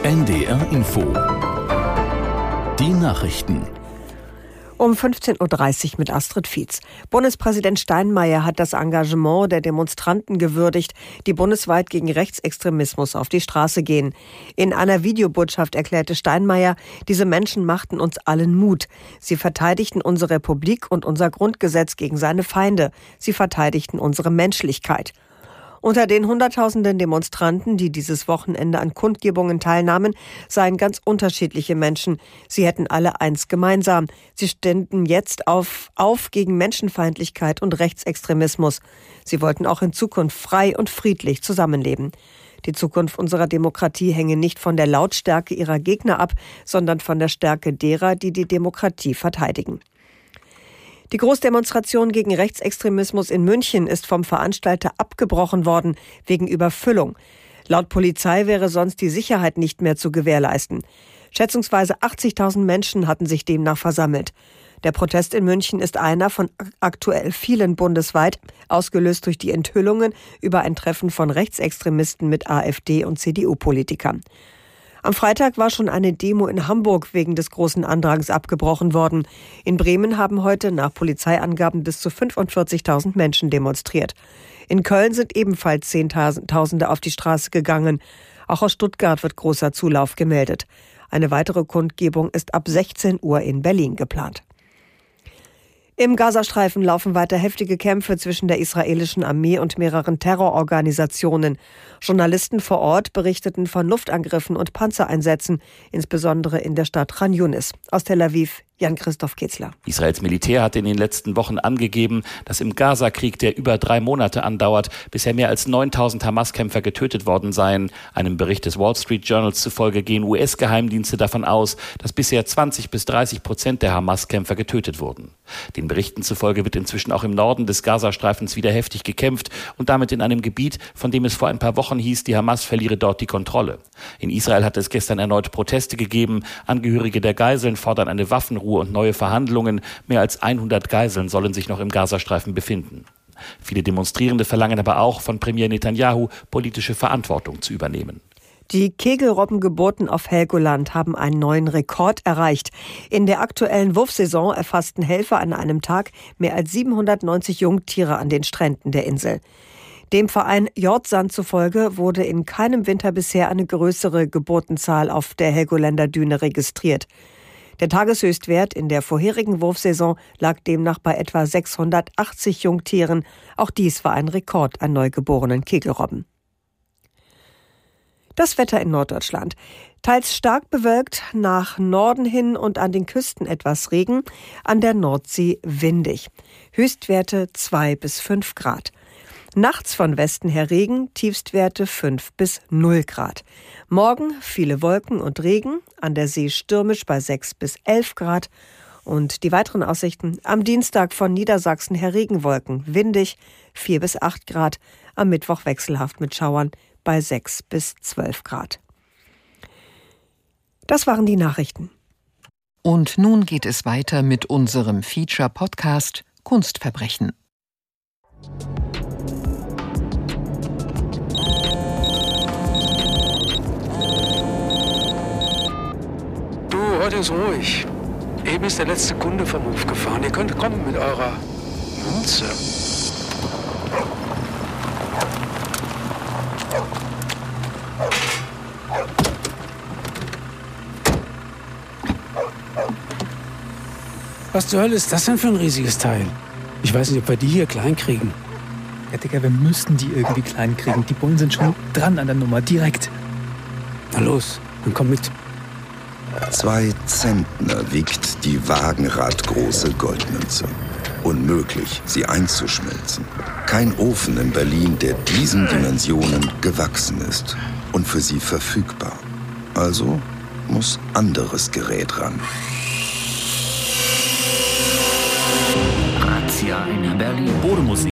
NDR Info. Die Nachrichten. Um 15.30 Uhr mit Astrid Fietz. Bundespräsident Steinmeier hat das Engagement der Demonstranten gewürdigt, die bundesweit gegen Rechtsextremismus auf die Straße gehen. In einer Videobotschaft erklärte Steinmeier, diese Menschen machten uns allen Mut. Sie verteidigten unsere Republik und unser Grundgesetz gegen seine Feinde. Sie verteidigten unsere Menschlichkeit. Unter den Hunderttausenden Demonstranten, die dieses Wochenende an Kundgebungen teilnahmen, seien ganz unterschiedliche Menschen. Sie hätten alle eins gemeinsam. Sie ständen jetzt auf gegen Menschenfeindlichkeit und Rechtsextremismus. Sie wollten auch in Zukunft frei und friedlich zusammenleben. Die Zukunft unserer Demokratie hänge nicht von der Lautstärke ihrer Gegner ab, sondern von der Stärke derer, die die Demokratie verteidigen. Die Großdemonstration gegen Rechtsextremismus in München ist vom Veranstalter abgebrochen worden wegen Überfüllung. Laut Polizei wäre sonst die Sicherheit nicht mehr zu gewährleisten. Schätzungsweise 80.000 Menschen hatten sich demnach versammelt. Der Protest in München ist einer von aktuell vielen bundesweit, ausgelöst durch die Enthüllungen über ein Treffen von Rechtsextremisten mit AfD- und CDU-Politikern. Am Freitag war schon eine Demo in Hamburg wegen des großen Andrangs abgebrochen worden. In Bremen haben heute nach Polizeiangaben bis zu 45.000 Menschen demonstriert. In Köln sind ebenfalls Zehntausende auf die Straße gegangen. Auch aus Stuttgart wird großer Zulauf gemeldet. Eine weitere Kundgebung ist ab 16 Uhr in Berlin geplant. Im Gazastreifen laufen weiter heftige Kämpfe zwischen der israelischen Armee und mehreren Terrororganisationen. Journalisten vor Ort berichteten von Luftangriffen und Panzereinsätzen, insbesondere in der Stadt Khan Yunis. Aus Tel Aviv, Jan-Christoph Kitzler. Israels Militär hat in den letzten Wochen angegeben, dass im Gaza-Krieg, der über 3 Monate andauert, bisher mehr als 9.000 Hamas-Kämpfer getötet worden seien. Einem Bericht des Wall Street Journals zufolge gehen US-Geheimdienste davon aus, dass bisher 20-30% der Hamas-Kämpfer getötet wurden. Den Berichten zufolge wird inzwischen auch im Norden des Gazastreifens wieder heftig gekämpft und damit in einem Gebiet, von dem es vor ein paar Wochen hieß, die Hamas verliere dort die Kontrolle. In Israel hat es gestern erneut Proteste gegeben. Angehörige der Geiseln fordern eine Waffenruhe und neue Verhandlungen. Mehr als 100 Geiseln sollen sich noch im Gazastreifen befinden. Viele Demonstrierende verlangen aber auch von Premier Netanyahu, politische Verantwortung zu übernehmen. Die Kegelrobbengeburten auf Helgoland haben einen neuen Rekord erreicht. In der aktuellen Wurfsaison erfassten Helfer an einem Tag mehr als 790 Jungtiere an den Stränden der Insel. Dem Verein Jordsand zufolge wurde in keinem Winter bisher eine größere Geburtenzahl auf der Helgoländer Düne registriert. Der Tageshöchstwert in der vorherigen Wurfsaison lag demnach bei etwa 680 Jungtieren. Auch dies war ein Rekord an neugeborenen Kegelrobben. Das Wetter in Norddeutschland. Teils stark bewölkt, nach Norden hin und an den Küsten etwas Regen, an der Nordsee windig. Höchstwerte 2 bis 5 Grad. Nachts von Westen her Regen, Tiefstwerte 5 bis 0 Grad. Morgen viele Wolken und Regen, an der See stürmisch bei 6 bis 11 Grad. Und die weiteren Aussichten: am Dienstag von Niedersachsen her Regenwolken, windig 4 bis 8 Grad. Am Mittwoch wechselhaft mit Schauern bei 6 bis 12 Grad. Das waren die Nachrichten. Und nun geht es weiter mit unserem Feature-Podcast Kunstverbrechen. Heute ist ruhig. Eben ist der letzte Kunde vom Hof gefahren. Ihr könnt kommen mit eurer Münze. Was zur Hölle ist das denn für ein riesiges Teil? Ich weiß nicht, ob wir die hier klein kriegen. Ja, Digga, wir müssen die irgendwie klein kriegen. Die Bullen sind schon dran an der Nummer, direkt. Na los, dann komm mit. 2 Zentner wiegt die wagenradgroße Goldmünze. Unmöglich, sie einzuschmelzen. Kein Ofen in Berlin, der diesen Dimensionen gewachsen ist und für sie verfügbar. Also muss anderes Gerät ran. Razzia in Berlin. Bodemusik.